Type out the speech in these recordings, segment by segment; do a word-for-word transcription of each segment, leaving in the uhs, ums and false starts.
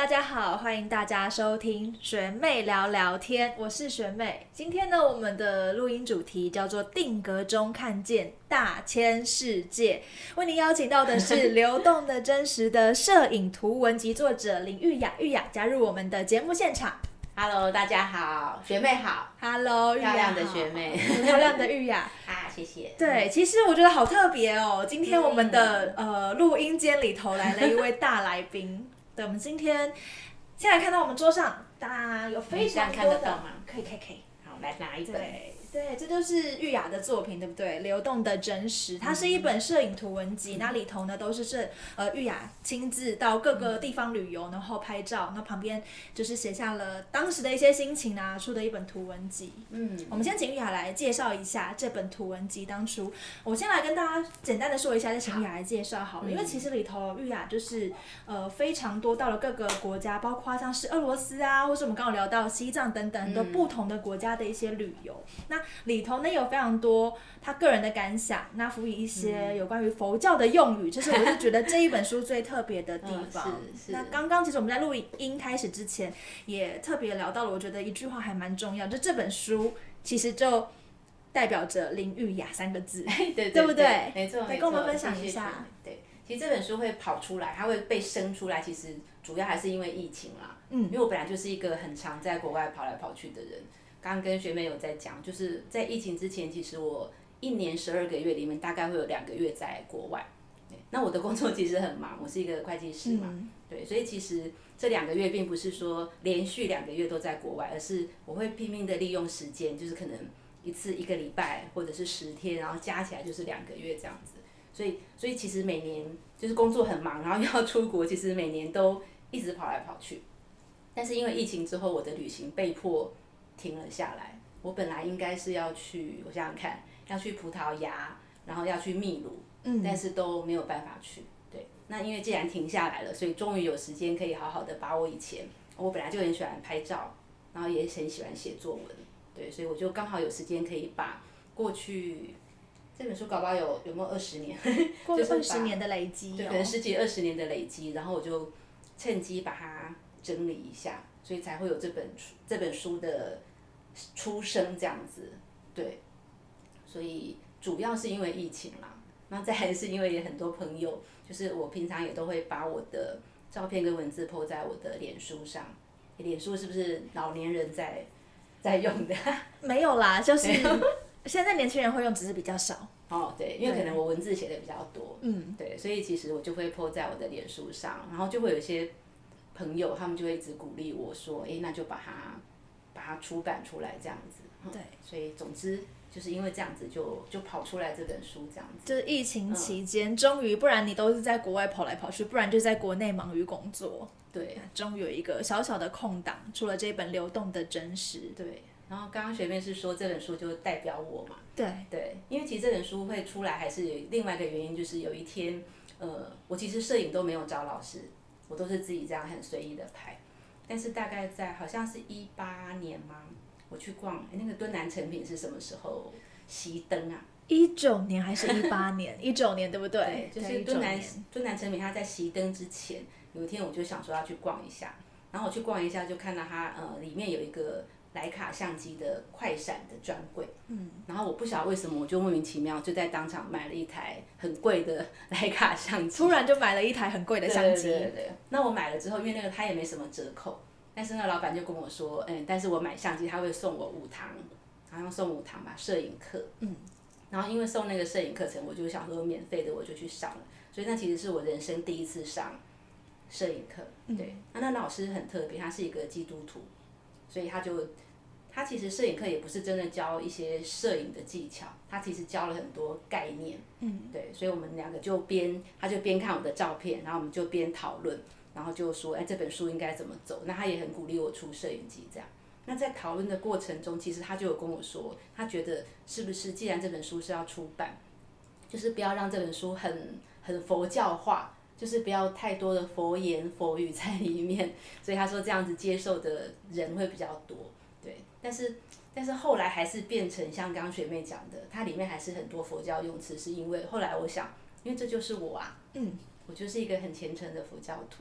大家好，欢迎大家收听学妹聊聊天，我是学妹。今天呢，我们的录音主题叫做定格中看见大千世界，为您邀请到的是流动的真实的摄影图文集作者林玉雅，玉雅加入我们的节目现场。 Hello， 大家好，学妹好。 Hello， 漂亮的学妹， 漂亮的玉雅啊，谢谢。 对，其实我觉得好特别哦，今天我们的、嗯、呃录音间里头来了一位大来宾。对，我们今天现在看到我们桌上，大家有非常多的， 看得到吗？ 可以，可以，可以。 好，来拿一本。 对。对，这就是玉雅的作品，对不对？流动的真实，它是一本摄影图文集，嗯、那里头呢都是是呃玉雅亲自到各个地方旅游，然后拍照，那旁边就是写下了当时的一些心情啊，出的一本图文集。嗯，我们先请玉雅来介绍一下这本图文集。当初我先来跟大家简单的说一下，再请玉雅来介绍好了，因为其实里头玉雅就是呃非常多到了各个国家，包括像是俄罗斯啊，或是我们刚刚聊到西藏等等的不同的国家的一些旅游。那里头呢有非常多他个人的感想，那辅以一些有关于佛教的用语，这、嗯、是我是觉得这一本书最特别的地方。 嗯、是是那刚刚其实我们在录音开始之前也特别聊到了，我觉得一句话还蛮重要，就这本书其实就代表着林玉雅三个字， 对对 对, 对不对？ 没错， 来跟我们分享一下。 对，其实这本书会跑出来，它会被生出来，其实主要还是因为疫情啦。嗯，因为我本来就是一个很常在国外跑来跑去的人。刚刚跟学妹有在讲，就是在疫情之前，其实我一年十二个月里面大概会有两个月在国外。那我的工作其实很忙，我是一个会计师嘛，嗯、对，所以其实这两个月并不是说连续两个月都在国外，而是我会拼命的利用时间，就是可能一次一个礼拜或者是十天，然后加起来就是两个月这样子。所以，所以其实每年就是工作很忙，然后又要出国，其实每年都一直跑来跑去。但是因为疫情之后，我的旅行被迫停了下来。我本来应该是要去，我想想看，要去葡萄牙，然后要去秘鲁，嗯，但是都没有办法去。对，那因为既然停下来了，所以终于有时间可以好好的把我以前，我本来就很喜欢拍照，然后也很喜欢写作文，对，所以我就刚好有时间可以把过去这本书搞不好有有没有二十年， 过去二十年的累积、哦， 对，可能十几二十年的累积，然后我就趁机把它整理一下。所以才会有这本这本书的出生这样子，对，所以主要是因为疫情啦，那再来是因为也很多朋友，就是我平常也都会把我的照片跟文字 po 在我的脸书上，脸书是不是老年人在在用的？ 没有啦，就是现在年轻人会用，只是比较少。 哦，对，因为可能我文字写的比较多，嗯，对，所以其实我就会 po 在我的脸书上，然后就会有一些朋友他们就会一直鼓励我说，哎，那就把它把它出版出来这样子。对，所以总之就是因为这样子就就跑出来这本书这样子。 就是疫情期间，嗯、终于，不然你都是在国外跑来跑去，不然就在国内忙于工作。 对， 终于有一个小小的空档，出了这本流动的真实。 对，然后刚刚学妹是说这本书就代表我嘛？ 对对，因为其实这本书会出来还是有另外一个原因，就是有一天，呃，我其实摄影都没有找老师。我都是自己这样很随意的拍，但是大概在好像是一八年吗？我去逛那个敦南成品是什么时候熄灯啊？ 一九年还是一八年？一九年对不对？ 对，就是敦南敦南成品，它在熄灯之前，有一天我就想说要去逛一下，然后我去逛一下就看到它呃里面有一个徕卡相机的快闪的专柜，嗯，然后我不晓得为什么，我就莫名其妙就在当场买了一台很贵的徕卡相机， 突然就买了一台很贵的相机。 对对 对, 对。那我买了之后，因为那个它也没什么折扣，但是那老板就跟我说，嗯，但是我买相机他会送我五堂，好像送五堂吧摄影课，嗯，然后因为送那个摄影课程，我就想说免费的我就去上了，所以那其实是我人生第一次上摄影课，对，那、嗯、那老师很特别，他是一个基督徒，所以他就。他其实摄影课也不是真的教一些摄影的技巧，他其实教了很多概念，嗯，对，所以我们两个就边他就边看我的照片，然后我们就边讨论，然后就说，哎，这本书应该怎么走？那他也很鼓励我出摄影集这样。那在讨论的过程中，其实他就有跟我说，他觉得是不是既然这本书是要出版，就是不要让这本书很很佛教化，就是不要太多的佛言佛语在里面，所以他说这样子接受的人会比较多。对，但是但是后来还是变成像刚刚学妹讲的，它里面还是很多佛教用词，是因为后来我想，因为这就是我啊，嗯，我就是一个很虔诚的佛教徒，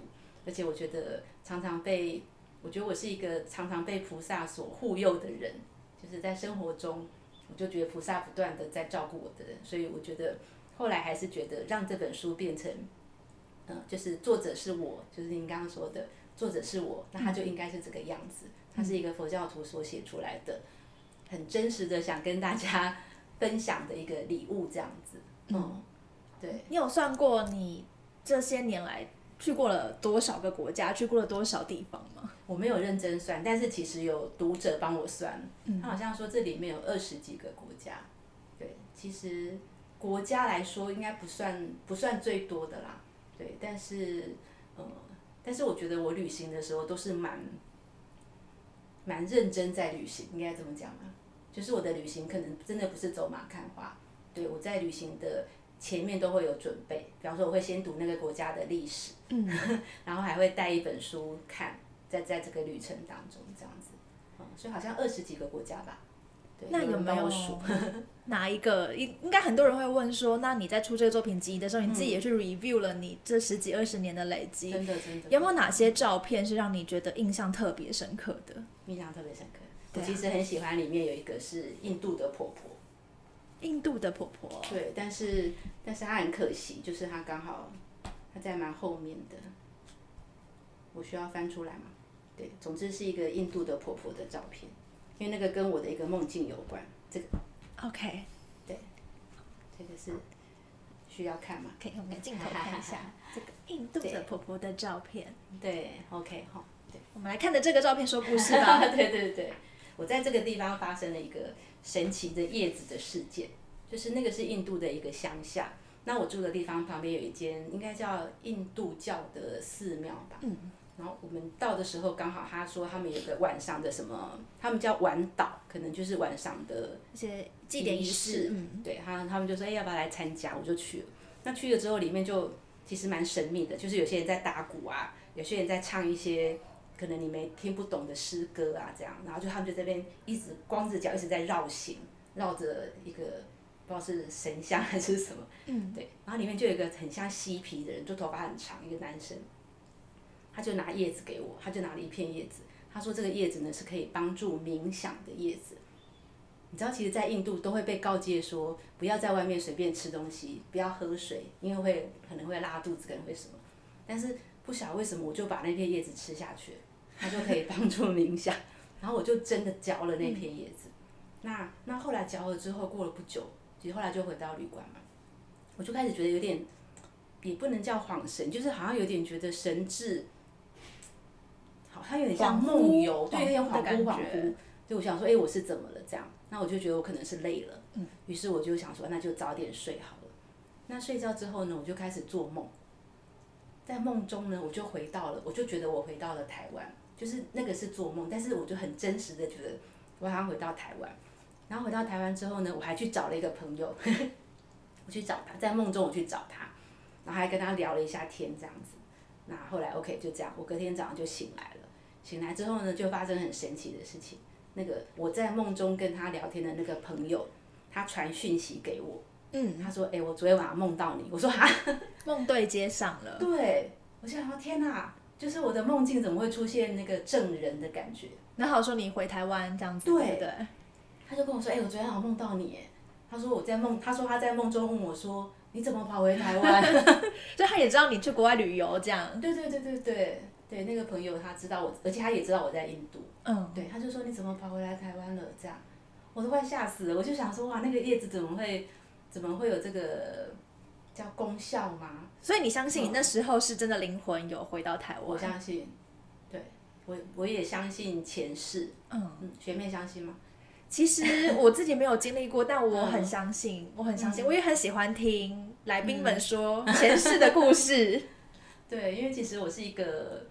而且我觉得常常被，我觉得我是一个常常被菩萨所护佑的人，就是在生活中，我就觉得菩萨不断的在照顾我的人，所以我觉得后来还是觉得让这本书变成，嗯、呃，就是作者是我，就是您刚刚说的作者是我，那他就应该是这个样子，他是一个佛教徒所写出来的，很真实的想跟大家分享的一个礼物这样子，嗯，对。 你有算过你这些年来去过了多少个国家，去过了多少地方吗？ 我没有认真算，但是其实有读者帮我算，嗯、他好像说这里面有二十几个国家。对，其实国家来说应该不算不算最多的啦。对，但是呃，但是我觉得我旅行的时候都是蛮蛮认真在旅行，应该这么讲啊。就是我的旅行可能真的不是走马看花，对，我在旅行的前面都会有准备，比方说我会先读那个国家的历史，嗯，然后还会带一本书看，在在这个旅程当中这样子，嗯，所以好像二十几个国家吧。对， 那有没有哪一个？应应该很多人会问说，那你在出这个作品集的时候，你自己也去 review 了你这十几二十年的累积， 真的真的， 有没有哪些照片是让你觉得印象特别深刻的？ 印象特别深刻。我其实很喜欢里面有一个是印度的婆婆。 印度的婆婆。 对，但是但是她很可惜，就是她刚好她在蛮后面的，我需要翻出来吗？对，总之是一个印度的婆婆的照片，因为那个跟我的一个梦境有关。这个 OK， 对，这个是需要看吗？ 可以，我们镜头看一下这个印度的婆婆的照片。 对 ，OK 哈，对， 我们来看着这个照片说故事吧。 对对对，我在这个地方发生了一个神奇的叶子的事件，就是那个是印度的一个乡下，那我住的地方旁边有一间应该叫印度教的寺庙吧，嗯，然后我们到的时候刚好他说他们有个晚上的什么，他们叫晚祷，可能就是晚上的一些祭典仪式，嗯， 对，他他们就说哎、欸、要不要来参加，我就去了。那去了之后里面就其实蛮神秘的，就是有些人在打鼓啊，有些人在唱一些可能你没听不懂的诗歌啊，这样，然后就他们就这边一直光着脚一直在绕行，绕着一个不知道是神像还是什么，嗯，对，然后里面就有一个很像嬉皮的人，就头发很长，一个男生，他就拿叶子给我，他就拿了一片叶子，他说这个叶子呢是可以帮助冥想的叶子。你知道，其实，在印度都会被告诫说，不要在外面随便吃东西，不要喝水，因为会可能会拉肚子，可能会什么。但是不晓得为什么，我就把那片叶子吃下去了，它就可以帮助冥想。然后我就真的嚼了那片叶子。那那后来嚼了之后，过了不久，其实后来就回到旅馆嘛，我就开始觉得有点，也不能叫恍神，就是好像有点觉得神志，好像有点像梦游，对，有点恍惚恍惚。就我想说，哎、欸，我是怎么了这样？那我就觉得我可能是累了，嗯，于是我就想说，那就早点睡好了。那睡觉之后呢，我就开始做梦，在梦中呢，我就回到了，我就觉得我回到了台湾，就是那个是做梦，但是我就很真实的觉得我好像回到台湾。然后回到台湾之后呢，我还去找了一个朋友，呵呵我去找他，在梦中我去找他，然后还跟他聊了一下天这样子。那后来 OK 就这样，我隔天早上就醒来了。醒来之后呢，就发生很神奇的事情。那个我在梦中跟他聊天的那个朋友，他传讯息给我，嗯，他说：“哎、欸，我昨天晚上梦到你。”我说：“哈， 梦对接上了。” 对，我想说天哪，就是我的梦境怎么会出现那个证人的感觉？ 然后说你回台湾这样子，对不对？ 他就跟我说：“哎、欸，我昨天晚上梦到你。”哎，他说我在梦，他说他在梦中问我说：“你怎么跑回台湾？” 就他也知道你去国外旅游这样。 对对对对对。对，那个朋友他知道我，而且他也知道我在印度。嗯，对，他就说你怎么跑回来台湾了？这样，我都快吓死了。我就想说，哇，那个叶子怎么会，怎么会有这个叫功效吗？ 所以你相信你那时候是真的灵魂有回到台湾？ 我相信，对，我我也相信前世。嗯嗯，学妹相信吗？ 其实我自己没有经历过，但我很相信，我很相信，我也很喜欢听来宾们说前世的故事。 对，因为其实我是一个。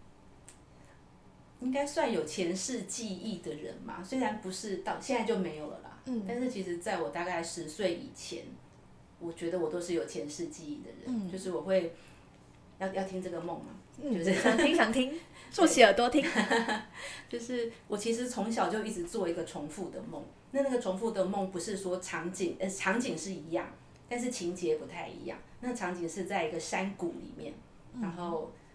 应该算有前世记忆的人嘛，虽然不是到现在就没有了啦，嗯，但是其实在我大概十岁以前，我觉得我都是有前世记忆的人，嗯，就是我会要要听这个梦嘛，嗯，就是想听想听，竖起耳朵听， 就是我其实从小就一直做一个重复的梦，那那个重复的梦不是说场景，呃，场景是一样，但是情节不太一样，那场景是在一个山谷里面，然后。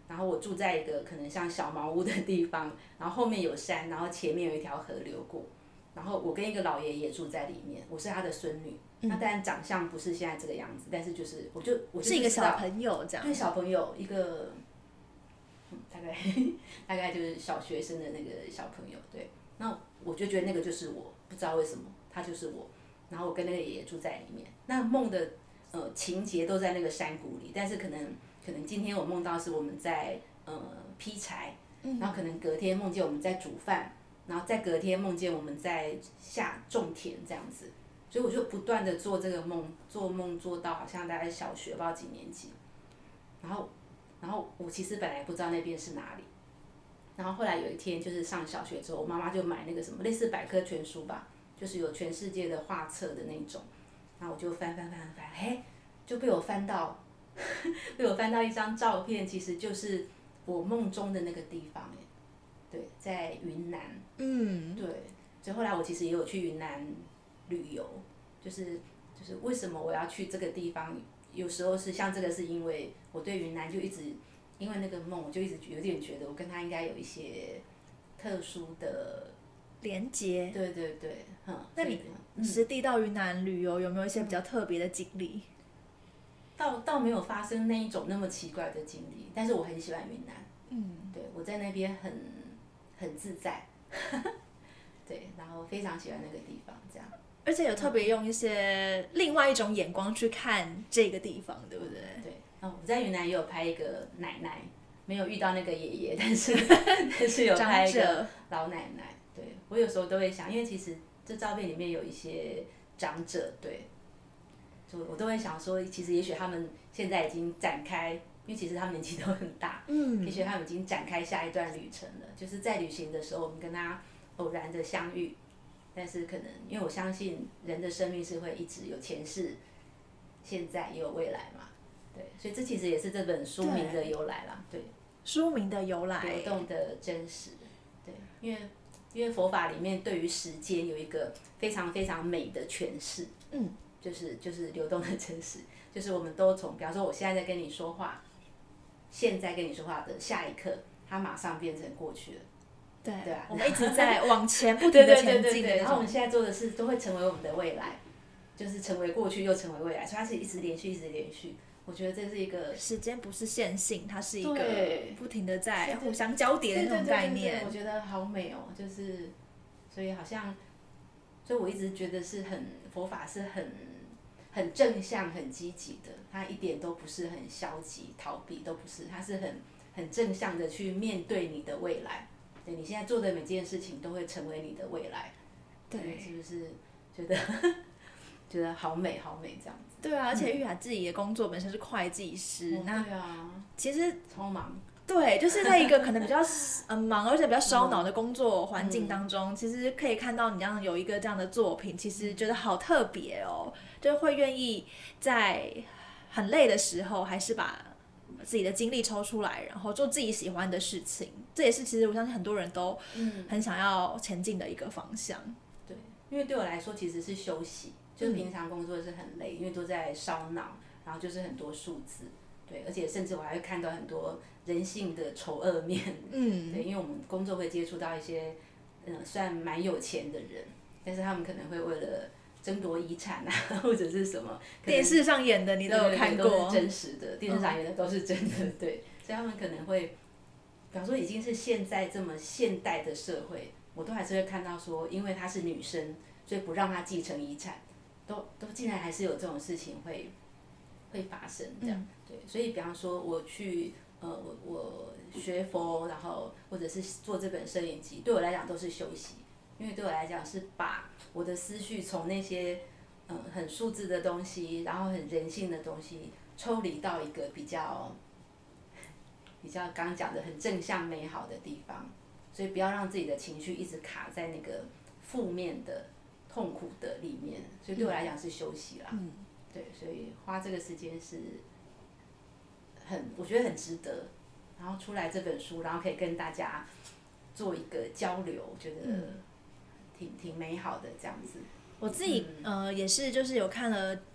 然后我住在一个可能像小茅屋的地方，然后后面有山，然后前面有一条河流过，然后我跟一个老爷爷住在里面，我是他的孙女。嗯、那当然长相不是现在这个样子，但是就是我就我就是一个小朋友这样。 对，小朋友一个，嗯、大概大概就是小学生的那个小朋友。对，那我就觉得那个就是我，不知道为什么他就是我。然后我跟那个爷爷住在里面，那梦的呃情节都在那个山谷里，但是可能。可能今天我梦到是我们在呃劈柴，然后可能隔天梦见我们在煮饭，然后再隔天梦见我们在下种田这样子，所以我就不断的做这个梦，做梦做到好像大概小学不知道几年级，然后然后我其实本来不知道那边是哪里，然后后来有一天就是上小学之后，我妈妈就买那个什么类似百科全书吧，就是有全世界的画册的那种，然后我就翻翻翻翻，嘿，就被我翻到。被我翻到一张照片，其实就是我梦中的那个地方，哎，对，在云南。嗯，对，所以后来我其实也有去云南旅游，就是就是为什么我要去这个地方？有时候是像这个，是因为我对云南就一直因为那个梦，我就一直有点觉得我跟他应该有一些特殊的连结。 对对对，嗯。 那你实地到云南旅游，有没有一些比较特别的经历？ 倒倒没有发生那一种那么奇怪的经历，但是我很喜欢云南。嗯，对，我在那边很很自在，对，然后非常喜欢那个地方，这样。 而且有特别用一些另外一种眼光去看这个地方，对不对？ 对，哦，我在云南也有拍一个奶奶，没有遇到那个爷爷，但是但是有拍一个老奶奶。对，我有时候都会想，因为其实这照片里面有一些长者，对。我都会想说，其实也许他们现在已经展开，因为其实他们年纪都很大，嗯，也许他们已经展开下一段旅程了。就是在旅行的时候，我们跟他偶然的相遇，但是可能因为我相信人的生命是会一直有前世、现在也有未来嘛，对，所以这其实也是这本书名的由来啦，对。 书名的由来。 流动的真实，对，因为因为佛法里面对于时间有一个非常非常美的诠释，嗯。就是就是流动的真实，就是我们都从，比方说我现在在跟你说话，现在跟你说话的下一刻，它马上变成过去了， 对对啊， 我们一直在往前不停的前进的。 对对对对对，然后我们现在做的事都会成为我们的未来，就是成为过去又成为未来，所以它是一直连续一直连续。我觉得这是一个时间不是线性，它是一个不停的在互相交叠的那种概念。 对对对对对，我觉得好美哦，就是所以好像，所以我一直觉得是很佛法是很。很正向、很积极的，他一点都不是很消极、逃避，都不是，他是很很正向的去面对你的未来。对你现在做的每件事情都会成为你的未来，对，是不是觉得觉得好美、好美这样子？ 对啊，而且玉雅自己的工作本身是会计师， 嗯、那对啊， 其实超忙。 对，就是在一个可能比较呃忙而且比较烧脑的工作环境当中，嗯、其实可以看到你这样有一个这样的作品，其实觉得好特别哦，就会愿意在很累的时候，还是把自己的精力抽出来，然后做自己喜欢的事情。这也是其实我相信很多人都很想要前进的一个方向。 嗯、对，因为对我来说其实是休息，就是平常工作是很累，因为都在烧脑，然后就是很多数字。对，而且甚至我还会看到很多人性的丑恶面。嗯，对，因为我们工作会接触到一些，嗯、呃，算蛮有钱的人，但是他们可能会为了争夺遗产啊，或者是什么， 电视上演的你都有看过， 都是真实的，电视上演的都是真的，嗯、对，所以他们可能会，比方说已经是现在这么现代的社会，我都还是会看到说，因为她是女生，所以不让她继承遗产，都都竟然还是有这种事情会会发生这样。嗯，对，所以比方说我去呃我我学佛，然后或者是做这本摄影集，对我来讲都是休息，因为对我来讲是把我的思绪从那些嗯、呃、很数字的东西，然后很人性的东西，抽离到一个比较比较刚刚讲的很正向美好的地方，所以不要让自己的情绪一直卡在那个负面的痛苦的里面，所以对我来讲是休息啦。嗯，对，所以花这个时间是很，我觉得很值得。然后出来这本书，然后可以跟大家做一个交流，我觉得挺挺美好的这样子。 我自己、嗯、呃也是，就是有看了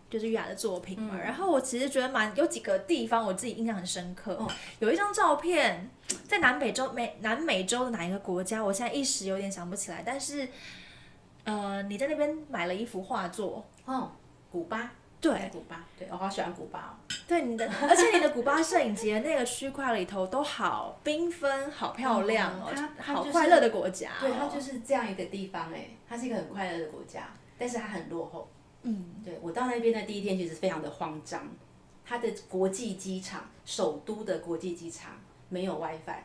就是玉雅的作品嘛， 嗯、 然后我其实觉得蛮有几个地方我自己印象很深刻， 哦、 有一张照片在南美洲美南美洲的哪一个国家，我现在一时有点想不起来，但是呃你在那边买了一幅画作， 哦，古巴。 对， 古巴，对我好喜欢古巴哦。 对你的，而且你的古巴摄影节那个区块里头都好缤纷、好漂亮哦， 它它好快乐的国家、哦。 对，它就是这样一个地方哎，它是一个很快乐的国家，但是它很落后。嗯，对我到那边的第一天其实非常的慌张，它的国际机场，首都的国际机场没有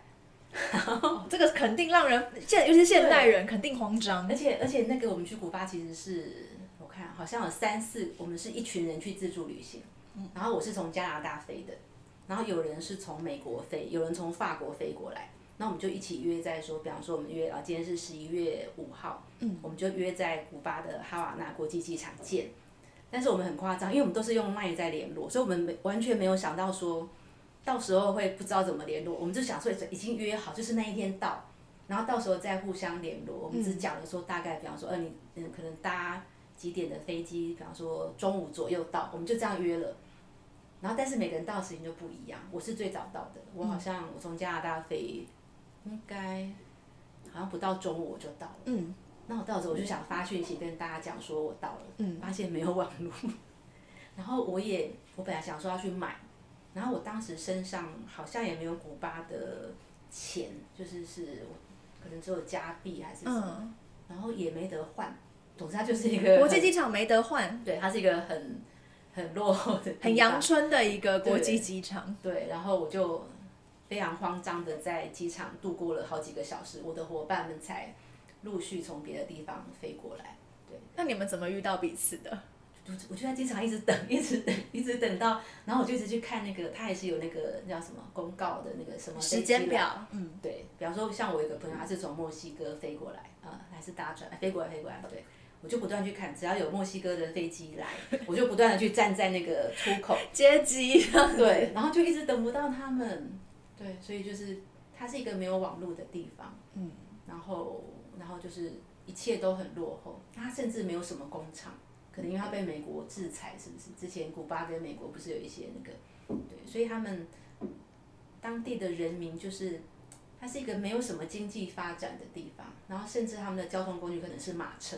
WiFi。 哦、这个肯定让人现，尤其是现代人肯定慌张。 而且而且那个我们去古巴其实是。看，好像有三四，我们是一群人去自助旅行，然后我是从加拿大飞的，然后有人是从美国飞，有人从法国飞过来，那我们就一起约在说，比方说我们约啊，今天是十一月五号，嗯，我们就约在古巴的哈瓦那国际机场见。但是我们很夸张，因为我们都是用 LINE 在联络，所以我们没完全没有想到说，到时候会不知道怎么联络，我们就想说已经约好，就是那一天到，然后到时候再互相联络。我们只讲了说大概，比方说，呃，你嗯可能搭。几点的飞机，比方说中午左右到，我们就这样约了。然后，但是每个人到的时间就不一样。我是最早到的，我好像我从加拿大飞，应该好像不到中午我就到了。嗯。那我到的时候我就想发讯息跟大家讲说我到了，嗯，发现没有网络。然后我也我本来想说要去买，然后我当时身上好像也没有古巴的钱，就是是可能只有加币还是什么，嗯、然后也没得换。总之它就是一个国际机场没得换， 对，它是一个很很落后的地方， 很阳春的一个国际机场。 对，对然后我就非常慌张的在机场度过了好几个小时，我的伙伴们才陆续从别的地方飞过来。对， 那你们怎么遇到彼此的？ 我我就在机场一直等，一直等，一直等到，然后我就一直去看那个，它也是有那个叫什么公告的那个什么时间表，嗯， 对，比方说像我有一个朋友，他是从墨西哥飞过来，呃，还是搭船飞过来飞过来，对。我就不断去看，只要有墨西哥的飞机来，我就不断的去站在那个出口接机， 对，然后就一直等不到他们，对，所以就是它是一个没有网络的地方，嗯，然后然后就是一切都很落后，它甚至没有什么工厂，可能因为它被美国制裁，是不是？之前古巴跟美国不是有一些那个，对，所以他们当地的人民就是。它是一个没有什么经济发展的地方，然后甚至他们的交通工具可能是马车。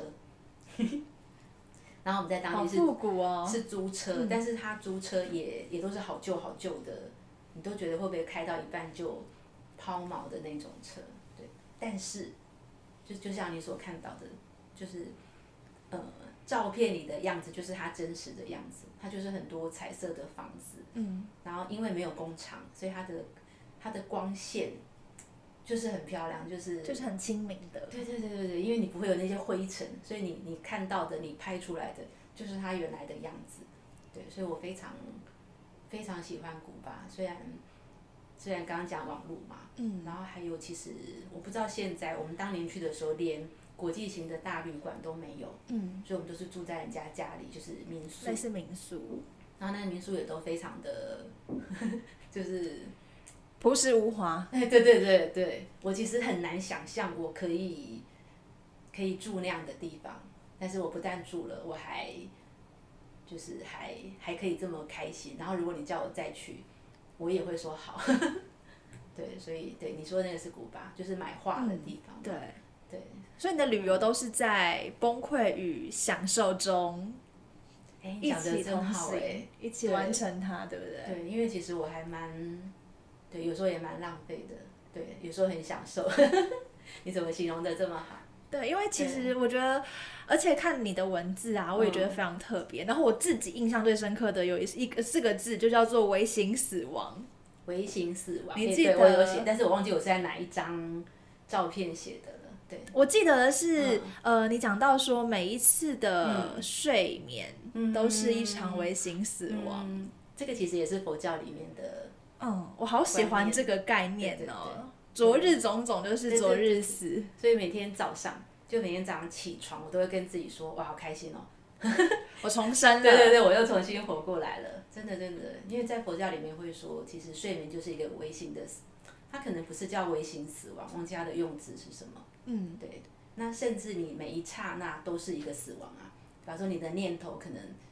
然后我们在当地是、 哦、 是租车，嗯、但是他租车也也都是好旧好旧的，你都觉得会不会开到一半就抛锚的那种车，对。但是就就像你所看到的，就是呃照片里的样子，就是它真实的样子，它就是很多彩色的房子，嗯，然后因为没有工厂，所以它的它的光线。就是很漂亮，就是就是很亲民的。 对对对对对，因为你不会有那些灰尘，所以你你看到的，你拍出来的就是它原来的样子。对，所以我非常非常喜欢古巴，虽然虽然刚刚讲网络嘛，嗯，然后还有其实我不知道现在我们当年去的时候，连国际型的大旅馆都没有，嗯，所以我们都是住在人家家里，就是民宿， 类似民宿， 然后那个民宿也都非常的，就是。 朴实无华。 哎，对对对对，我其实很难想象我可以可以住那样的地方，但是我不但住了，我还就是还还可以这么开心。然后如果你叫我再去，我也会说好。对，所以对你说的那个是古巴，就是买画的地方。 嗯、对对， 所以你的旅游都是在崩溃与享受中。 哎，讲得真好哎， 一起完成它，对不对？ 对，因为其实我还蛮。对，有时候也蛮浪费的，对，有时候很享受。你怎么形容的这么好？ 对，因为其实我觉得，而且看你的文字啊，我也觉得非常特别。嗯、然后我自己印象最深刻的有一个四个字，就叫做微型死亡。 微型死亡， 你记得？ 欸、我有写，但是我忘记我是在哪一张照片写的了。对， 我记得的是，嗯、呃，你讲到说每一次的睡眠都是一场微型死亡， 嗯嗯、这个其实也是佛教里面的。 嗯，我好喜欢这个概念哦。昨日种种就是昨日死， 对对对，所以每天早上就每天早上起床，我都会跟自己说，哇，好开心哦， 我重生了。 对对对，我又重新活过来了，真的真的，因为在佛教里面会说，其实睡眠就是一个微型的，它可能不是叫微型死亡，忘记它的用字是什么。嗯，对，那甚至你每一刹那都是一个死亡啊，比方说你的念头可能。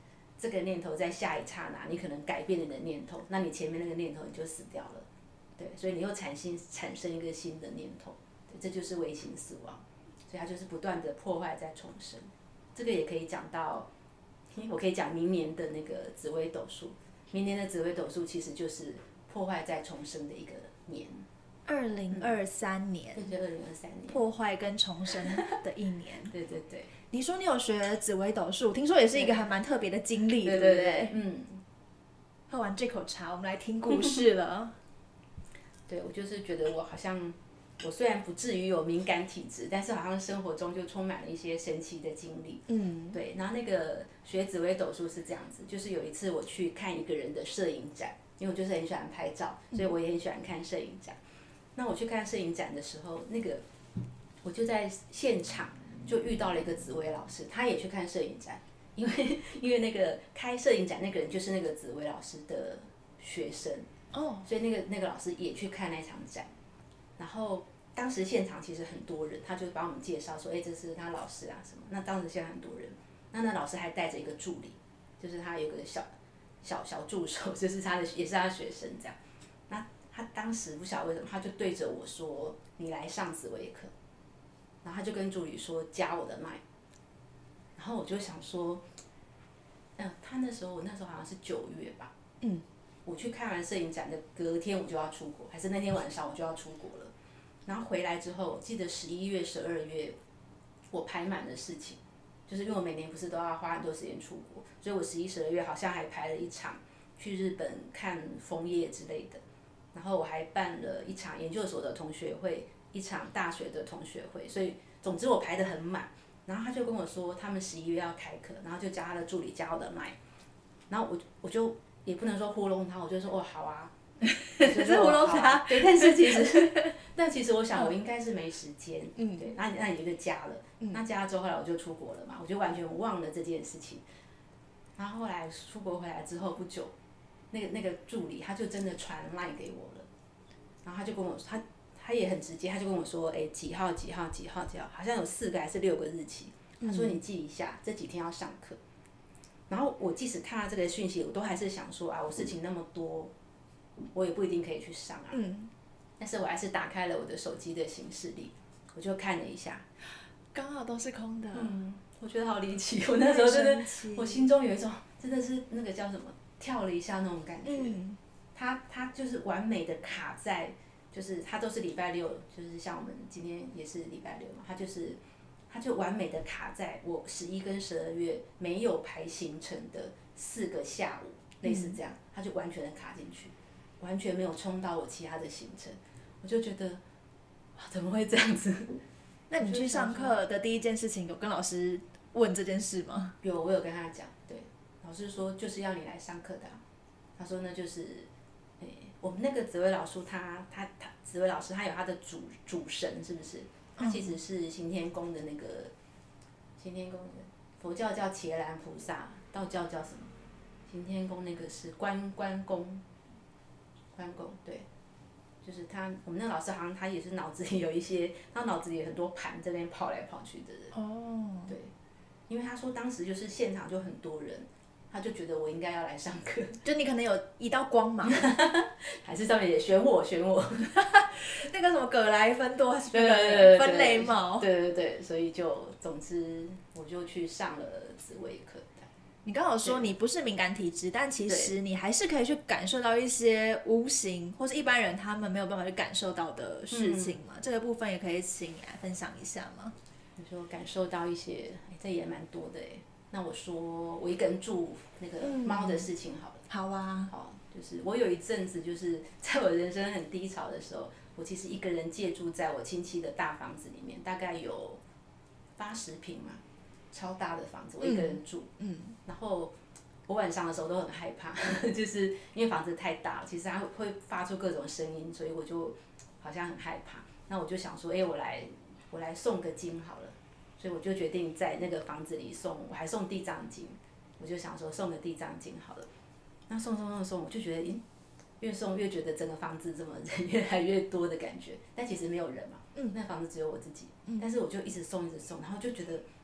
这个念头在下一刹那，你可能改变了你的念头，那你前面那个念头你就死掉了，对，所以你又产生产生一个新的念头，对，这就是微型死亡，所以它就是不断的破坏再重生。这个也可以讲到，我可以讲明年的那个紫微斗数，明年的紫微斗数其实就是破坏再重生的一个年。 二零二三年， 对对，二零二三年， 破坏跟重生的一年。 对对对。 你说你有学紫微斗数，听说也是一个还蛮特别的经历，对不对？ 对？ 嗯。 喝完这口茶，我们来听故事了。 对，我就是觉得我好像，我虽然不至于有敏感体质，但是好像生活中就充满了一些神奇的经历。 嗯。 对，然后那个学紫微斗数是这样子，就是有一次我去看一个人的摄影展，因为我就是很喜欢拍照，所以我也很喜欢看摄影展。那我去看摄影展的时候，那个我就在现场就遇到了一个紫微老师，他也去看摄影展，因为因为那个开摄影展那个人就是那个紫微老师的学生，哦，所以那个那个老师也去看那场展，然后当时现场其实很多人，他就帮我们介绍说，哎，这是他老师啊什么，那当时现在很多人，那那老师还带着一个助理，就是他有个小小小助手，就是他的也是他的学生这样，那。他当时不晓得为什么，他就对着我说：“你来上紫微课。”然后他就跟助理说：“加我的麦。”然后我就想说，嗯，他那时候我那时候好像是九月吧，嗯，我去看完摄影展的隔天我就要出国，还是那天晚上我就要出国了。然后回来之后，我记得十一月、十二月我排满了事情，就是因为我每年不是都要花很多时间出国，所以我十一、十二月好像还排了一场去日本看枫叶之类的。然后我还办了一场研究所的同学会，一场大学的同学会，所以总之我排得很满。然后他就跟我说，他们十一月要开课，然后就叫他的助理加我的麦，然后我我就也不能说糊弄他，我就说哦好啊， 只是糊弄他， 对，但是其实，但其实我想我应该是没时间，嗯，对，那那你就加了，嗯、那加了之后后来我就出国了嘛，我就完全忘了这件事情。然后后来出国回来之后不久。那个那个助理他就真的传 line 给我了，然后他就跟我他他也很直接，他就跟我说，哎，几号几号几号几号，好像有四个还是六个日期，他说你记一下，这几天要上课。然后我即使看到这个讯息，我都还是想说啊，我事情那么多，我也不一定可以去上啊。嗯。但是我还是打开了我的手机的行事历，我就看了一下， 刚好都是空的。 嗯，我觉得好离奇，我那时候真的，我心中有一种真的是那个叫什么？跳了一下那种感觉，嗯、他他就是完美的卡在，就是他都是礼拜六，就是像我们今天也是礼拜六嘛，他就是他就完美的卡在我十一跟十二月没有排行程的四个下午，类似这样，他就完全的卡进去，完全没有冲到我其他的行程，我就觉得，哇，怎么会这样子？ 那你去上课的第一件事情，有跟老师问这件事吗？ 有，我有跟他讲，对。老师说就是要你来上课的、啊，他说那就是，诶、欸，我们那个紫微老师他他他紫微老师他有他的主主神是不是？他其实是行天宫的那个，行天宫的佛教叫伽蓝菩萨，道教叫什么？行天宫那个是关关公，关公对，就是他我们那个老师好像他也是脑子里有一些，他脑子里有很多盘这边跑来跑去的人。哦。对，因为他说当时就是现场就很多人。他就觉得我应该要来上课， 就你可能有一道光芒， 还是上面也选我选我， 那个什么葛莱芬多是那个分雷帽， 对对对，所以就总之我就去上了紫微课。 你刚好说你不是敏感体质，但其实你还是可以去感受到一些无形或是一般人他们没有办法去感受到的事情嘛。嗯、这个部分也可以请你来分享一下吗？ 你说感受到一些，哎，这也蛮多的哎。那我说我一个人住那个猫的事情好了。 嗯、好啊。 好，就是我有一阵子就是在我人生很低潮的时候，我其实一个人借住在我亲戚的大房子里面，大概有八十平嘛，超大的房子，我一个人住。嗯。嗯然后我晚上的时候都很害怕，就是因为房子太大了，其实它会发出各种声音，所以我就好像很害怕。那我就想说，哎、欸，我来我来诵个经好了。所以我就决定在那个房子里诵，我还诵地藏经，我就想说诵个地藏经好了。那诵诵诵诵，我就觉得，咦，越诵越觉得整个房子怎么人越来越多的感觉，但其实没有人嘛，嗯，那房子只有我自己，嗯，但是我就一直诵一直诵，然后就觉得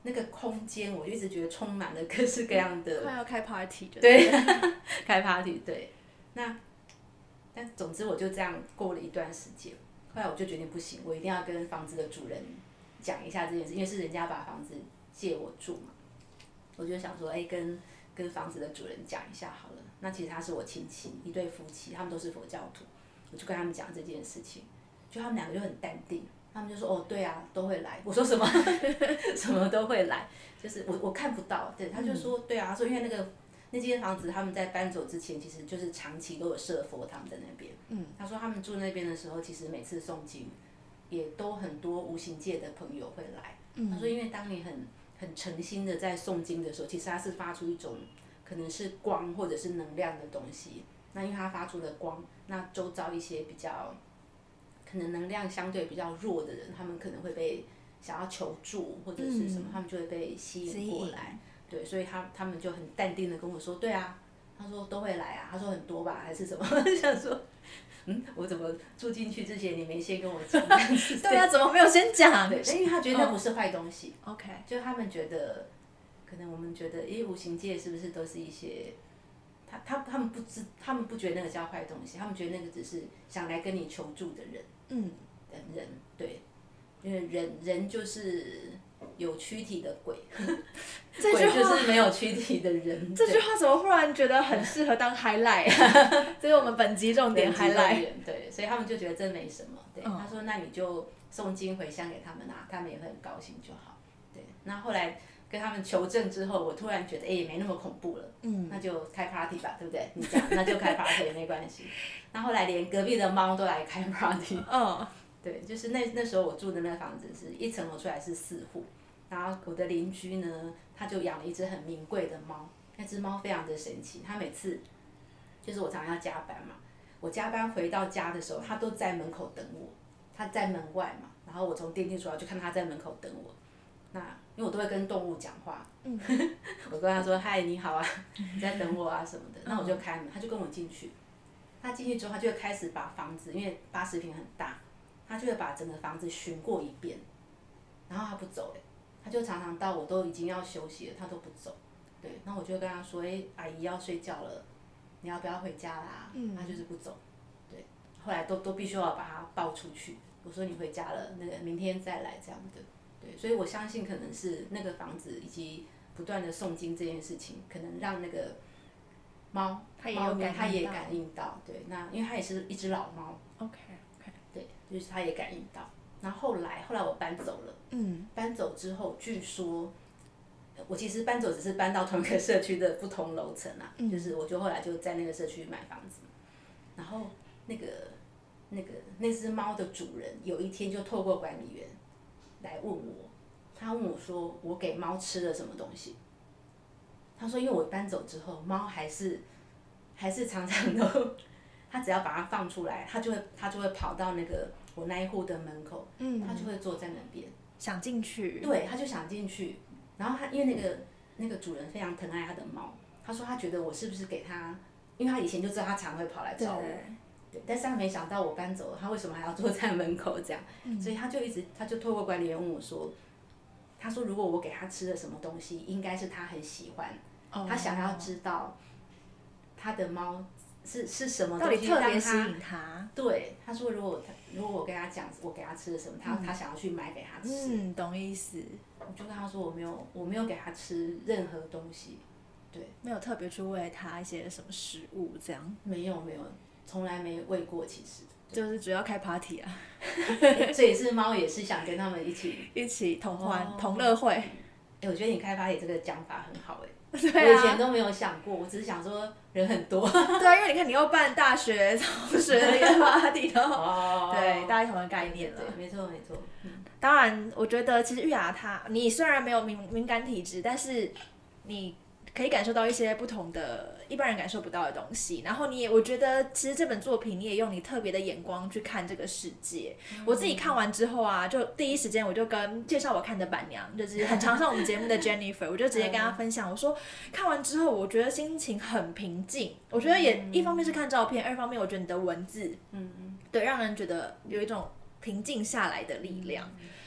那个空间，我就一直觉得充满了各式各样的， 快要开 party 的， 对，开 party 对。那但总之我就这样过了一段时间，后来我就决定不行，我一定要跟房子的主人讲一下这件事，因为是人家把房子借我住嘛，我就想说，哎、欸，跟跟房子的主人讲一下好了。那其实他是我亲戚，一对夫妻，他们都是佛教徒，我就跟他们讲这件事情，就他们两个就很淡定，他们就说，哦，对啊，都会来。我说什么？什么都会来，就是我我看不到，对，他就说，对啊，他说因为那个。那间房子他们在搬走之前，其实就是长期都有设佛他们在那边。嗯，他说他们住那边的时候，其实每次诵经，也都很多无形界的朋友会来。嗯，他说因为当你很很诚心的在诵经的时候，其实它是发出一种可能是光或者是能量的东西。那因为它发出的光，那周遭一些比较可能能量相对比较弱的人，他们可能会被想要求助或者是什么，嗯、他们就会被吸引过来。对，所以他他们就很淡定的跟我说，对啊，他说都会来啊，他说很多吧，还是什么，想说，嗯，我怎么住进去之前你没先跟我讲？ 对啊，怎么没有先讲？ 对，因为他觉得那不是坏东西。 哦、OK， 就他们觉得，可能我们觉得，诶，无形界是不是都是一些，他他他们不知，他们不觉得那个叫坏东西，他们觉得那个只是想来跟你求助的人，嗯，的人，对，因为人人就是有躯体的鬼。 这句话鬼就是没有躯体的人。 这句话怎么忽然觉得很适合当 highlight？ 这是我们本集重点 highlight。 对，所以他们就觉得这没什么。对，嗯、他说那你就诵经回向给他们啊，他们也会很高兴就好。对，那后来跟他们求证之后，我突然觉得哎、欸、没那么恐怖了。嗯。那就开 party 吧，对不对？你讲，那就开 party 也没关系。那后来连隔壁的猫都来开 party。嗯。对，就是那那时候我住的那个房子是一层楼出来是四户。然后我的邻居呢，他就养了一只很名贵的猫，那只猫非常的神奇，它每次就是我常常要加班嘛，我加班回到家的时候，它都在门口等我，它在门外嘛，然后我从电梯出来就看它在门口等我，那因为我都会跟动物讲话，嗯、我跟它说嗨你好啊，你在等我啊什么的，那我就开门，它就跟我进去，它进去之后，它就会开始把房子，因为八十坪很大，它就会把整个房子巡过一遍，然后它不走哎、欸。他就常常到我都已经要休息了，他都不走。对，那我就跟他说：“哎、欸，阿姨要睡觉了，你要不要回家啦？”嗯、他就是不走。对，后来都都必须要把他抱出去。我说你回家了，那个明天再来这样的。对，所以我相信可能是那个房子以及不断的诵经这件事情，可能让那个猫， 它也有感应到， 它也感应到。对，那因为它也是一只老猫。 OK OK。 对，就是它也感应到。然后后来，后来我搬走了。嗯。搬走之后，据说，我其实搬走只是搬到同一个社区的不同楼层啊。嗯。就是我就后来就在那个社区买房子，然后那个那个那只猫的主人有一天就透过管理员来问我，他问我说我给猫吃了什么东西？他说因为我搬走之后，猫还是还是常常都，他只要把它放出来，它就会它就会跑到那个。我那一户的门口，嗯，他就会坐在那边， 想进去。 对，他就想进去。然后他因为那个那个主人非常疼爱他的猫，他说他觉得我是不是给他，因为他以前就知道他常会跑来找我，对。但是他没想到我搬走了，他为什么还要坐在门口这样？嗯、所以他就一直，他就透过管理员问我说，他说如果我给他吃了什么东西，应该是他很喜欢，哦、他想要知道他的猫。是是什么东西让他？ 到底特别吸引他？ 对，他说如果他如果我跟他讲我给他吃了什么，他、嗯、他想要去买给他吃。 嗯，懂意思。 我就跟他说我没有我没有给他吃任何东西，对。 没有特别去喂他一些什么食物这样。 没有没有，从来没喂过其实。 就是主要开 party 啊。 所以是猫也是想跟他们一起一起同欢、哦、同乐会。 哎，我觉得你开 party 这个讲法很好哎。 对啊、 我以前都没有想过，我只是想说人很多。 对啊，因为你看你又办大学同学的一个 party， 然后、哦、对大家同的概念了。 对，没错没错。嗯、 当然，我觉得其实玉雅她，你虽然没有敏敏感体质，但是你可以感受到一些不同的一般人感受不到的东西。然后你也，我觉得其实这本作品你也用你特别的眼光去看这个世界。嗯、我自己看完之后啊，就第一时间我就跟介绍我看的板娘，就是很常上我们节目的 Jennifer， 我就直接跟她分享，我说看完之后我觉得心情很平静。我觉得也一方面是看照片，二方面我觉得你的文字，嗯对，让人觉得有一种平静下来的力量。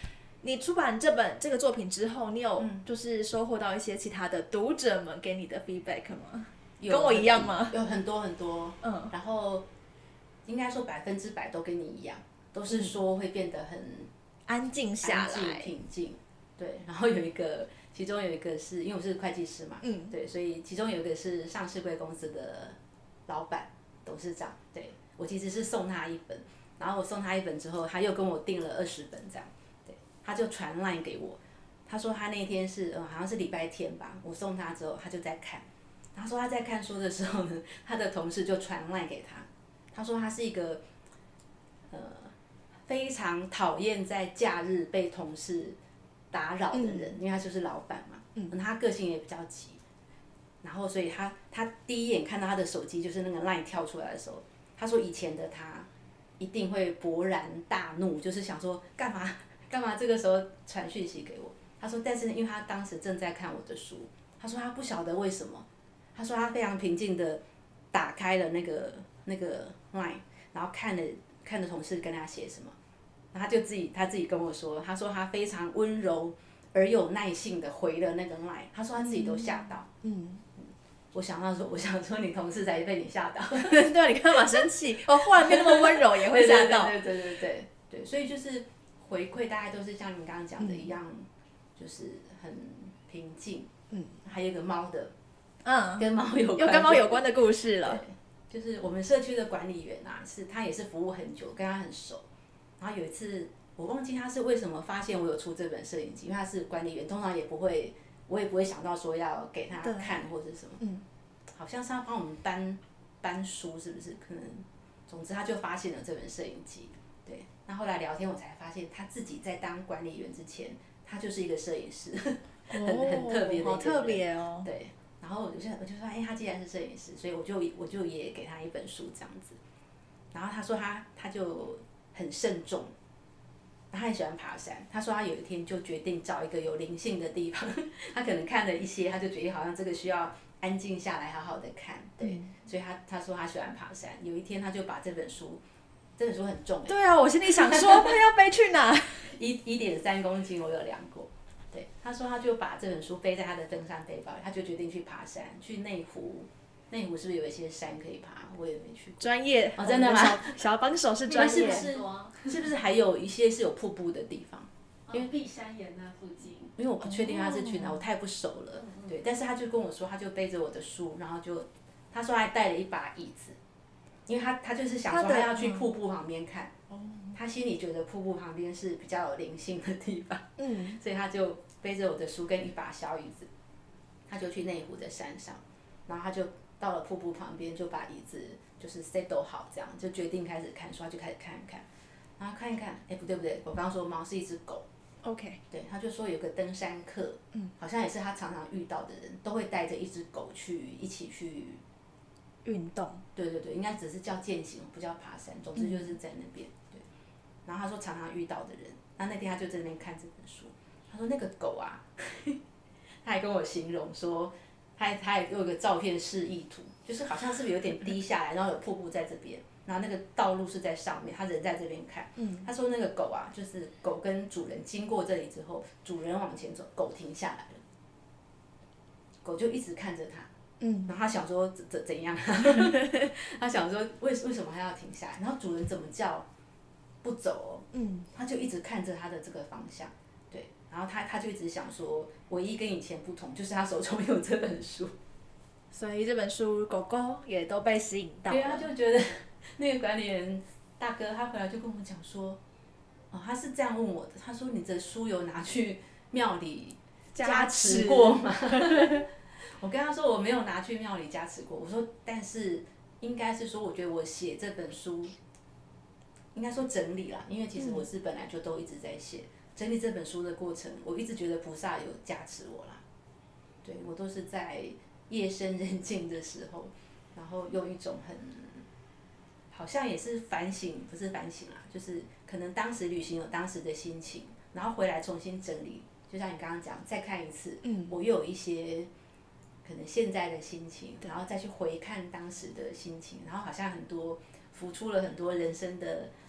你出版这本这个作品之后，你有就是收获到一些其他的读者们给你的 feedback 吗？跟我一样吗？ 有很多很多，嗯，然后应该说百分之百都跟你一样，都是说会变得很安静下来， 平静。对，然后有一个，其中有一个是因为我是会计师嘛，嗯，对，所以其中有一个是上市贵公司的老板、董事长，对我其实是送他一本，然后我送他一本之后，他又跟我订了二十本这样，对，他就传 line 给我，他说他那天是呃好像是礼拜天吧，我送他之后他就在看。他说他在看书的时候呢，他的同事就传赖给他。他说他是一个，呃，非常讨厌在假日被同事打扰的人，嗯、因为他就是老板嘛。嗯。他个性也比较急，然后所以他他第一眼看到他的手机就是那个赖跳出来的时候，他说以前的他一定会勃然大怒，就是想说干嘛干嘛这个时候传讯息给我。他说，但是因为他当时正在看我的书，他说他不晓得为什么。他说他非常平静的打开了那个那个 line， 然后看了看着同事跟他写什么，然后他就自己他自己跟我说，他说他非常温柔而有耐性的回了那个 line， 他说他自己都吓到。嗯，嗯我想到说，我想说你同事才被你吓到， 对啊，你干嘛生气？哦，忽然变那么温柔也会吓到。 对对对对对对，所以就是回馈大概都是像你刚刚讲的一样，嗯、就是很平静。嗯，还有一个猫的。嗯，跟猫有关， 又跟猫有关的故事了。 就是我们社区的管理员啊，是他也是服务很久，跟他很熟。然后有一次，我忘记他是为什么发现我有出这本摄影集，因为他是管理员，通常也不会，我也不会想到说要给他看或者什么。嗯。好像是他帮我们搬搬书，是不是？可能，总之他就发现了这本摄影集。对。那后来聊天，我才发现他自己在当管理员之前，他就是一个摄影师，很很特别的一个人。 好特别哦。 对。然后我就我就说，哎，他既然是摄影师，所以我就我就也给他一本书这样子。然后他说他他就很慎重，他很喜欢爬山。他说他有一天就决定找一个有灵性的地方，他可能看了一些，他就决定好像这个需要安静下来，好好的看。对，嗯、所以他他说他喜欢爬山。有一天他就把这本书，这本书很重。 对啊，我心里想说他要背去哪？ 一一点三公斤，我有量过。对，他说他就把这本书背在他的登山背包里，他就决定去爬山，去内湖。内湖是不是有一些山可以爬？我也没去过。 专业哦，真的吗？ 小, 小帮手是专业。 是不是？是不是还有一些是有瀑布的地方？ 因为碧山岩那附近。 因为我不确定他是去哪，我太不熟了。嗯、对，但是他就跟我说，他就背着我的书，然后就他说他带了一把椅子，因为他他就是想说他要去瀑布旁边看。嗯、他心里觉得瀑布旁边是比较有灵性的地方。嗯。所以他就背着我的书跟一把小椅子，他就去内湖的山上，然后他就到了瀑布旁边，就把椅子就是 settle 好，这样就决定开始看书，他就开始看一看，然后看一看，哎、欸、不对不对，我刚刚说猫是一只狗 ，OK， 对，他就说有个登山客，嗯，好像也是他常常遇到的人，都会带着一只狗去一起去运动， 对对对，应该只是叫健行，不叫爬山，总之就是在那边，对，然后他说常常遇到的人，那那天他就在那边看这本书，他说那个狗啊，他还跟我形容说。他他还有一个照片示意图，就是好像是不是有点低下来，然后有瀑布在这边，然后那个道路是在上面，他人在这边看。嗯、他说那个狗啊，就是狗跟主人经过这里之后，主人往前走，狗停下来了，狗就一直看着他。嗯、然后他想说怎怎样？他想说为为什么他要停下来？然后主人怎么叫不走哦？嗯、他就一直看着他的这个方向。然后他他就一直想说，唯一跟以前不同就是他手中有这本书， 所以这本书狗狗也都被吸引到了。 对，他就觉得那个管理员大哥他回来就跟我讲说，哦，他是这样问我的，他说你的书有拿去庙里加持过吗？我跟他说我没有拿去庙里加持过，我说但是应该是说我觉得我写这本书，应该说整理啦，因为其实我是本来就都一直在写。嗯整理这本书的过程，我一直觉得菩萨有加持我啦。对，我都是在夜深人静的时候，然后用一种很，好像也是反省，不是反省啦，就是可能当时旅行有当时的心情，然后回来重新整理，就像你刚刚讲，再看一次，嗯，我又有一些可能现在的心情，然后再去回看当时的心情，然后好像很多浮出了很多人生的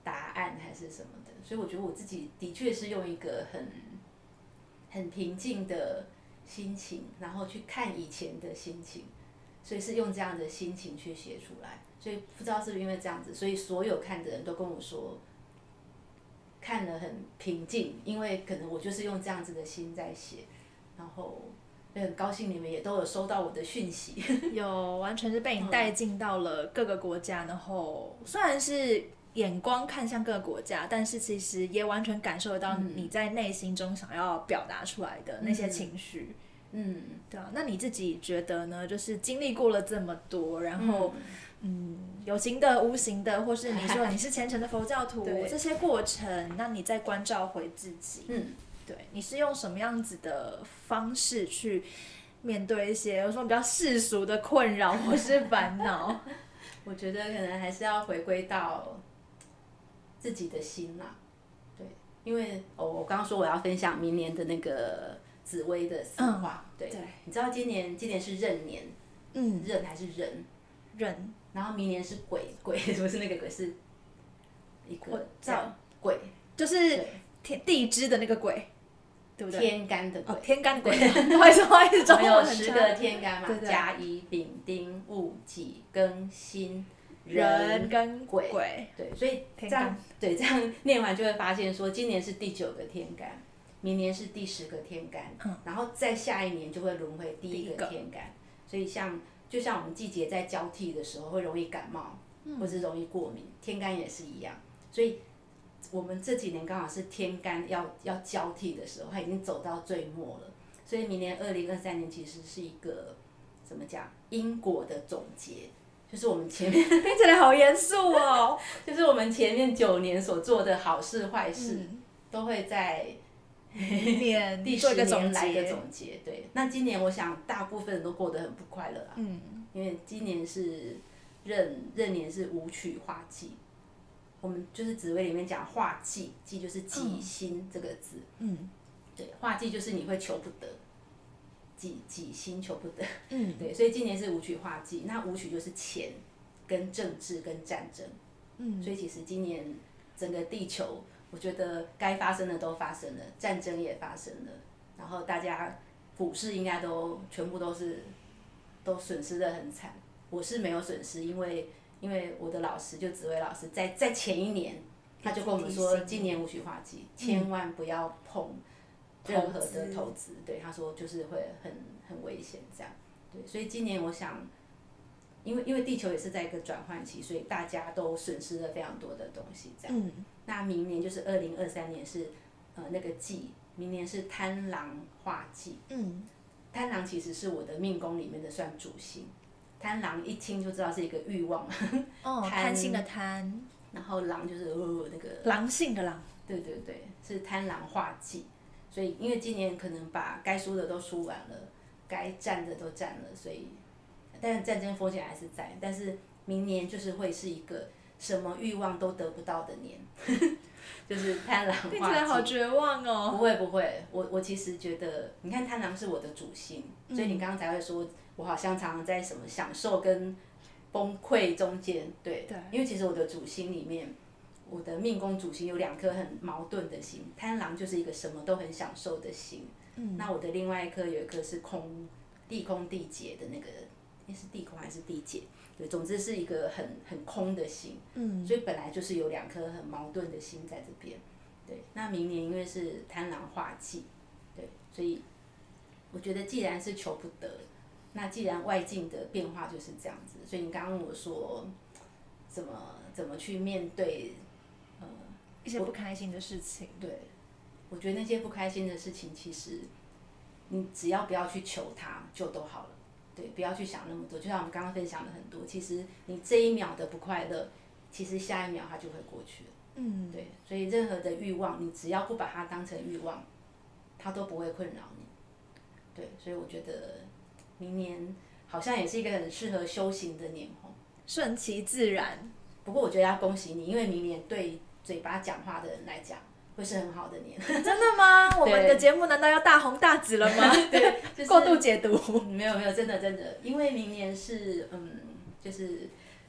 答案还是什么的，所以我觉得我自己的确是用一个很很平静的心情，然后去看以前的心情，所以是用这样的心情去写出来。所以不知道是不是因为这样子，所以所有看的人都跟我说，看了很平静，因为可能我就是用这样子的心在写，然后很高兴你们也都有收到我的讯息。 有，完全是被你带进到了各个国家，然后虽然是眼光看向各个国家，但是其实也完全感受得到你在内心中想要表达出来的那些情绪。嗯，对啊，那你自己觉得呢？就是经历过了这么多，然后嗯，有形的、无形的，或是你说你是虔诚的佛教徒，这些过程，那你再关照回自己，嗯，对，你是用什么样子的方式去面对一些有什么比较世俗的困扰或是烦恼？ 我觉得可能还是要回归到自己的心啦，对，因为哦，我刚刚说我要分享明年的那个紫微的四化，嗯、对, 对，你知道今年今年是壬年，嗯，壬还是壬？壬，然后明年是癸，癸不是那个癸，是一个叫癸， 就是天地支的那个癸，对不对？ 天干的癸， 哦、天干的癸，不好意思，不好意思， 我们有十个天干嘛，甲乙丙丁戊己庚辛壬跟癸，对，所以这样对这样念完就会发现说，今年是第九个天干，明年是第十个天干，嗯、然后再下一年就会轮回第一个天干，所以像。就像我们季节在交替的时候会容易感冒，或是容易过敏，天干也是一样。所以我们这几年刚好是天干要要交替的时候，它已经走到最末了。所以明年二零二三年其实是一个怎么讲因果的总结，就是我们前面听起来好严肃哦， 就是我们前面九年所做的好事坏事，嗯、都会在。 年第十年来的总结，对。那今年我想大部分人都过得很不快乐啊，嗯，因为今年是壬壬年是武曲化忌，我们就是紫微里面讲化忌，忌就是己辛这个字，嗯，对，化忌就是你会求不得，己己辛求不得，嗯，对，所以今年是武曲化忌，那武曲就是钱跟政治跟战争，嗯，所以其实今年整个地球。我觉得该发生的都发生了，战争也发生了，然后大家股市应该都全部都是都损失得很惨。我是没有损失，因为因为我的老师就紫薇老师在在前一年他就跟我们说，今年武曲化忌，千万不要碰任何的投资。对，他说就是会很很危险这样。对，所以今年我想。因为因为地球也是在一个转换期，所以大家都损失了非常多的东西，这样。嗯、那明年就是二零二三年是，呃那个忌，明年是贪狼化忌。嗯。贪狼其实是我的命宫里面的算主星，贪狼一听就知道是一个欲望。 哦，贪心的贪。 然后狼就是呃那个。 狼性的狼。 对对对，是贪狼化忌，所以因为今年可能把该输的都输完了，该战的都战了，所以。但是战争风险还是在，但是明年就是会是一个什么欲望都得不到的年，就是贪狼化忌。 听起来好绝望哦。 不会不会，我我其实觉得，你看贪狼是我的主星，嗯、所以你刚刚才会说，我好像常常在什么享受跟崩溃中间，对，对因为其实我的主星里面，我的命宫主星有两颗很矛盾的星，贪狼就是一个什么都很享受的星，嗯、那我的另外一颗有一颗是空地空地劫的那个。是地空还是地劫？对，总之是一个很很空的心，嗯，所以本来就是有两颗很矛盾的心在这边，对。那明年因为是贪狼化忌，对，所以我觉得既然是求不得，那既然外境的变化就是这样子，所以你刚刚问我说怎么怎么去面对，呃， 一些不开心的事情， 对，我觉得那些不开心的事情，其实你只要不要去求它，就都好了。对，不要去想那么多，就像我们刚刚分享的很多，其实你这一秒的不快乐，其实下一秒它就会过去了。嗯，对，所以任何的欲望，你只要不把它当成欲望，它都不会困扰你。对，所以我觉得明年好像也是一个很适合修行的年吼， 顺其自然。 不过我觉得要恭喜你，因为明年对嘴巴讲话的人来讲。会是很好的年。 真的吗？我们的节目难道要大红大紫了吗？ 对，就是、 过度解读。 没有没有，真的真的，因为明年是嗯，就是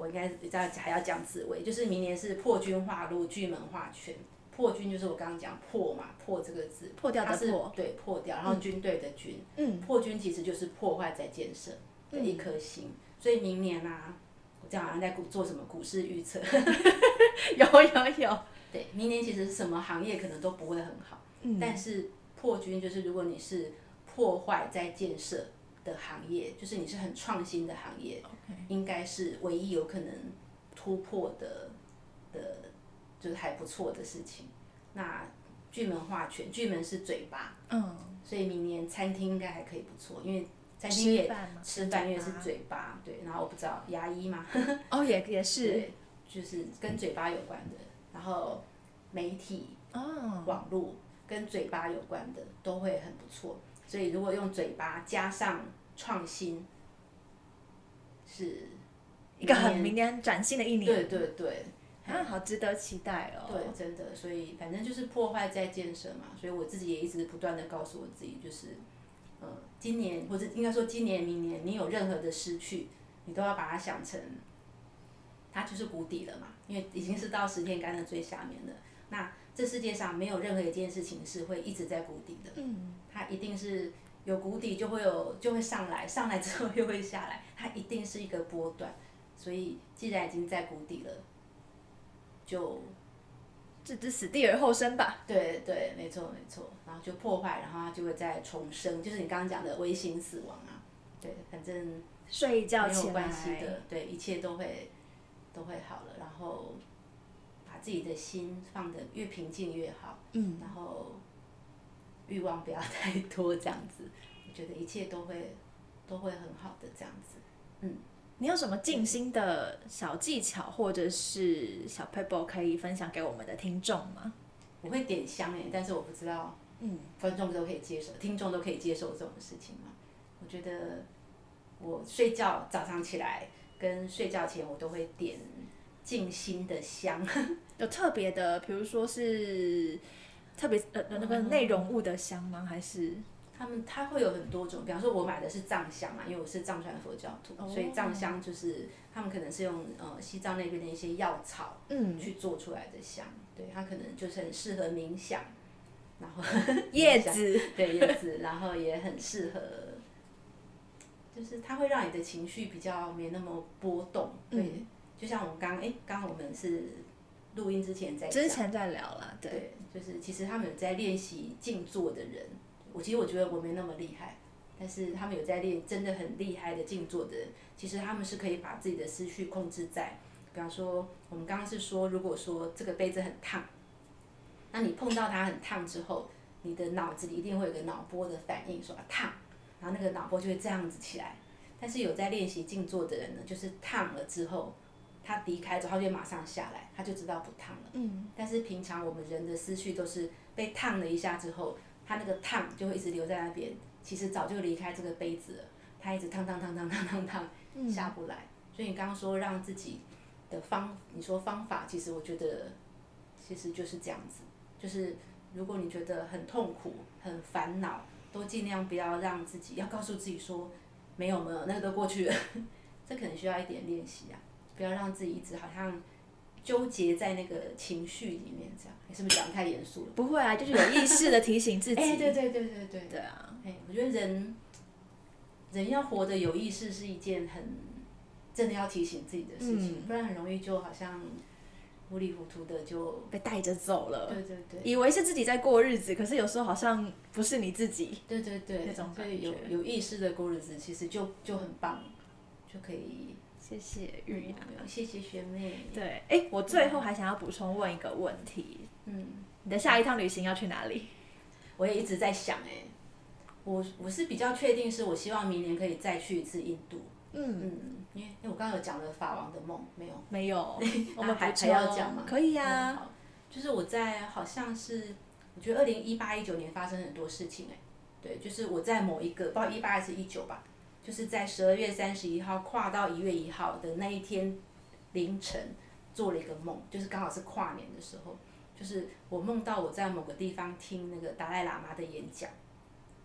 我应该再还要讲紫微，就是明年是破军化禄，巨门化权。破军就是我刚刚讲破嘛，破这个字， 破掉的破， 对，破掉，然后军队的军， 嗯， 破军其实就是破坏再建设的一颗星，嗯、所以明年啊，我这样好像在做什么股市预测， 有有有， 对，明年其实什么行业可能都不会很好，嗯、但是破军就是如果你是破坏再建设的行业，就是你是很创新的行业， okay. 应该是唯一有可能突破的的。就是还不错的事情。那巨门化权，巨门是嘴巴，嗯，所以明年餐厅应该还可以不错，因为餐厅也吃饭，因为是嘴巴，对。然后我不知道牙医吗？ 哦，也也是， 对，就是跟嘴巴有关的。然后媒体、哦、网络跟嘴巴有关的都会很不错。所以如果用嘴巴加上创新，是一个很明年崭新的一年。 对对对。 啊，好值得期待哦！ 对，真的，所以反正就是破坏再建设嘛，所以我自己也一直不断的告诉我自己，就是，呃，今年或者应该说今年、明年，你有任何的失去，你都要把它想成，它就是谷底了嘛，因为已经是到十天干的最下面了。那这世界上没有任何一件事情是会一直在谷底的，嗯，它一定是有谷底就会有就会上来，上来之后又会下来，它一定是一个波段。所以既然已经在谷底了，就置之死地而后生吧。 对对，没错没错，然后就破坏，然后它就会再重生，就是你刚刚讲的微型死亡啊。对，反正睡一觉起来没有关系的，对，一切都会都会好了。然后把自己的心放得越平静越好，嗯，然后欲望不要太多，这样子，我觉得一切都会都会很好的这样子，嗯。 你有什么静心的小技巧或者是小 pebble 可以分享给我们的听众吗？ 我会点香哎，但是我不知道，嗯，观众都可以接受，听众都可以接受这种事情吗？我觉得我睡觉早上起来跟睡觉前我都会点静心的香。 有特别的，比如说是特别呃那个内容物的香吗？还是？ 他们它会有很多种，比方说我买的是藏香嘛，因为我是藏传佛教徒，哦、所以藏香就是他们可能是用呃西藏那边的一些药草去做出来的香，嗯、对，它可能就是很适合冥想，然后叶子对叶子，然后也很适合，就是它会让你的情绪比较没那么波动，对，嗯、就像我们刚哎刚刚我们是录音之前在之前在聊啦，对， 对，就是其实他们有在练习静坐的人。我其实我觉得我没那么厉害，但是他们有在练真的很厉害的静坐的人，其实他们是可以把自己的思绪控制在，比方说我们刚刚是说，如果说这个杯子很烫，那你碰到它很烫之后，你的脑子里一定会有个脑波的反应，说啊烫，然后那个脑波就会这样子起来。但是有在练习静坐的人呢，就是烫了之后，他离开之后他就马上下来，他就知道不烫了。嗯。但是平常我们人的思绪都是被烫了一下之后。它那个烫就会一直留在那边，其实早就离开这个杯子了，它一直烫烫烫烫烫烫烫下不来。嗯、所以你刚刚说让自己的方，你说方法，其实我觉得其实就是这样子，就是如果你觉得很痛苦、很烦恼，都尽量不要让自己，要告诉自己说没有没有，那个都过去了，这可能需要一点练习啊，不要让自己一直好像。纠结在那个情绪里面，这样，你是不是讲得太严肃了？ 不会啊，就是有意识的提醒自己。 哎、欸，对对对对对。 对啊， 哎、欸，我觉得人，人要活得有意识是一件很，真的要提醒自己的事情，嗯、不然很容易就好像糊里糊涂的就被带着走了。 对对对。 以为是自己在过日子，可是有时候好像不是你自己。 对对对。那种感觉。有有意识的过日子，其实就就很棒，就可以。 谢谢玉雅， 谢谢学妹。 对，哎，我最后还想要补充问一个问题，嗯，你的下一趟旅行要去哪里？ 我也一直在想，哎，我我是比较确定，是我希望明年可以再去一次印度。嗯嗯，因为因为我刚刚有讲了法王的梦，没有？ 没有， 我们还还要讲吗？ 可以啊、 嗯。就是我在好像是，我觉得二零一八一九年发生很多事情，哎，对，就是我在某一个，不知道一八还是一九吧。就是在十二月三十一号跨到一月一号的那一天凌晨，做了一个梦，就是刚好是跨年的时候，就是我梦到我在某个地方听那个达赖喇嘛的演讲，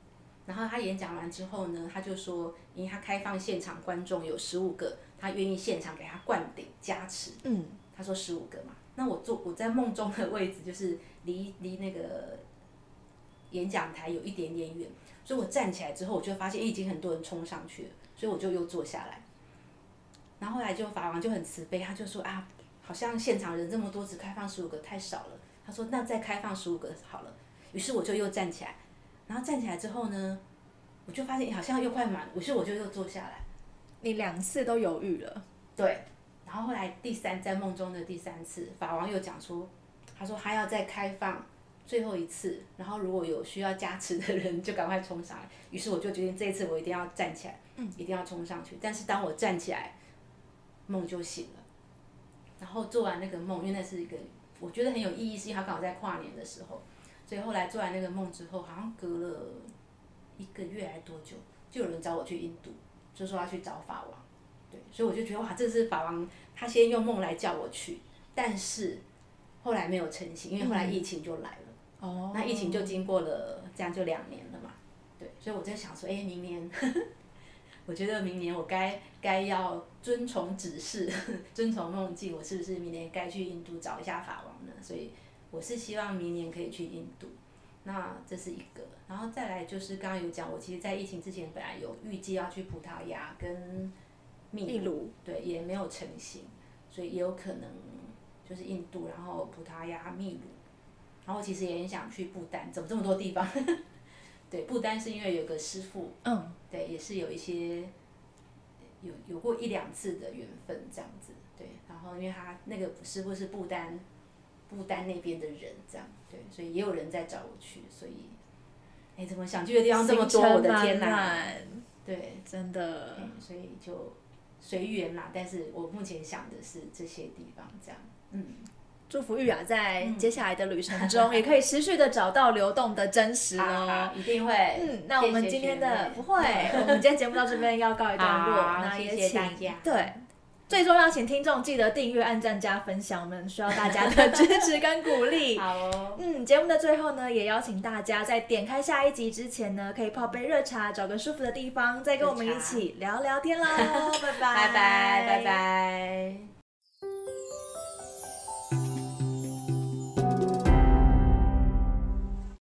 然后他演讲完之后呢，他就说，因为他开放现场观众有十五个，他愿意现场给他灌顶加持。嗯，他说十五个嘛，那我坐我在梦中的位置就是离离那个演讲台有一点点远，所以我站起来之后，我就发现已经很多人冲上去了，所以我就又坐下来。然后后来就法王就很慈悲，他就说啊，好像现场人这么多，只开放十五个太少了。他说那再开放十五个好了。于是我就又站起来，然后站起来之后呢，我就发现好像又快满，于是我就又坐下来。 你两次都犹豫了。 对，然后后来第三在梦中的第三次，法王又讲说，他说他要再开放最后一次，然后如果有需要加持的人就赶快冲上来。于是我就决定这一次我一定要站起来，嗯，一定要冲上去。但是当我站起来，梦就醒了。然后做完那个梦，因为那是一个我觉得很有意义，是因为他刚好在跨年的时候，所以后来做完那个梦之后，好像隔了一个月还多久，就有人找我去印度，就说要去找法王。对，所以我就觉得哇，这是法王他先用梦来叫我去，但是后来没有成行，因为后来疫情就来了。哦、嗯。那疫情就经过了这样就两年了嘛。对，所以我在想说，哎、欸，明年。我觉得明年我该该要遵从指示，遵从梦境，我是不是明年该去印度找一下法王呢？所以我是希望明年可以去印度。那这是一个，然后再来就是刚刚有讲，我其实在疫情之前本来有预计要去葡萄牙跟秘鲁，对，也没有成行，所以也有可能就是印度，然后葡萄牙、秘鲁，然后其实也很想去不丹，怎么这么多地方？对，不丹是因为有个师父，嗯，对，也是有一些有有过一两次的缘分这样子，对，然后因为他那个师父是不丹，不丹那边的人这样，对，所以也有人在找我去，所以，哎，怎么想去的地方这么多，我的天哪！对， 真的， 所以就随缘啦。但是我目前想的是这些地方这样，嗯。 祝福玉雅在接下来的旅程中，也可以持续的找到流动的真实哦。 一定会。 嗯，那我们今天的不会，我们今天节目到这边要告一段落，那也请对，最重要，请听众记得订阅、按赞、加分享，我们需要大家的支持跟鼓励。 好哦。 嗯，节目的最后呢，也邀请大家在点开下一集之前呢，可以泡杯热茶，找个舒服的地方，再跟我们一起聊聊天喽。拜拜， 拜拜，拜拜。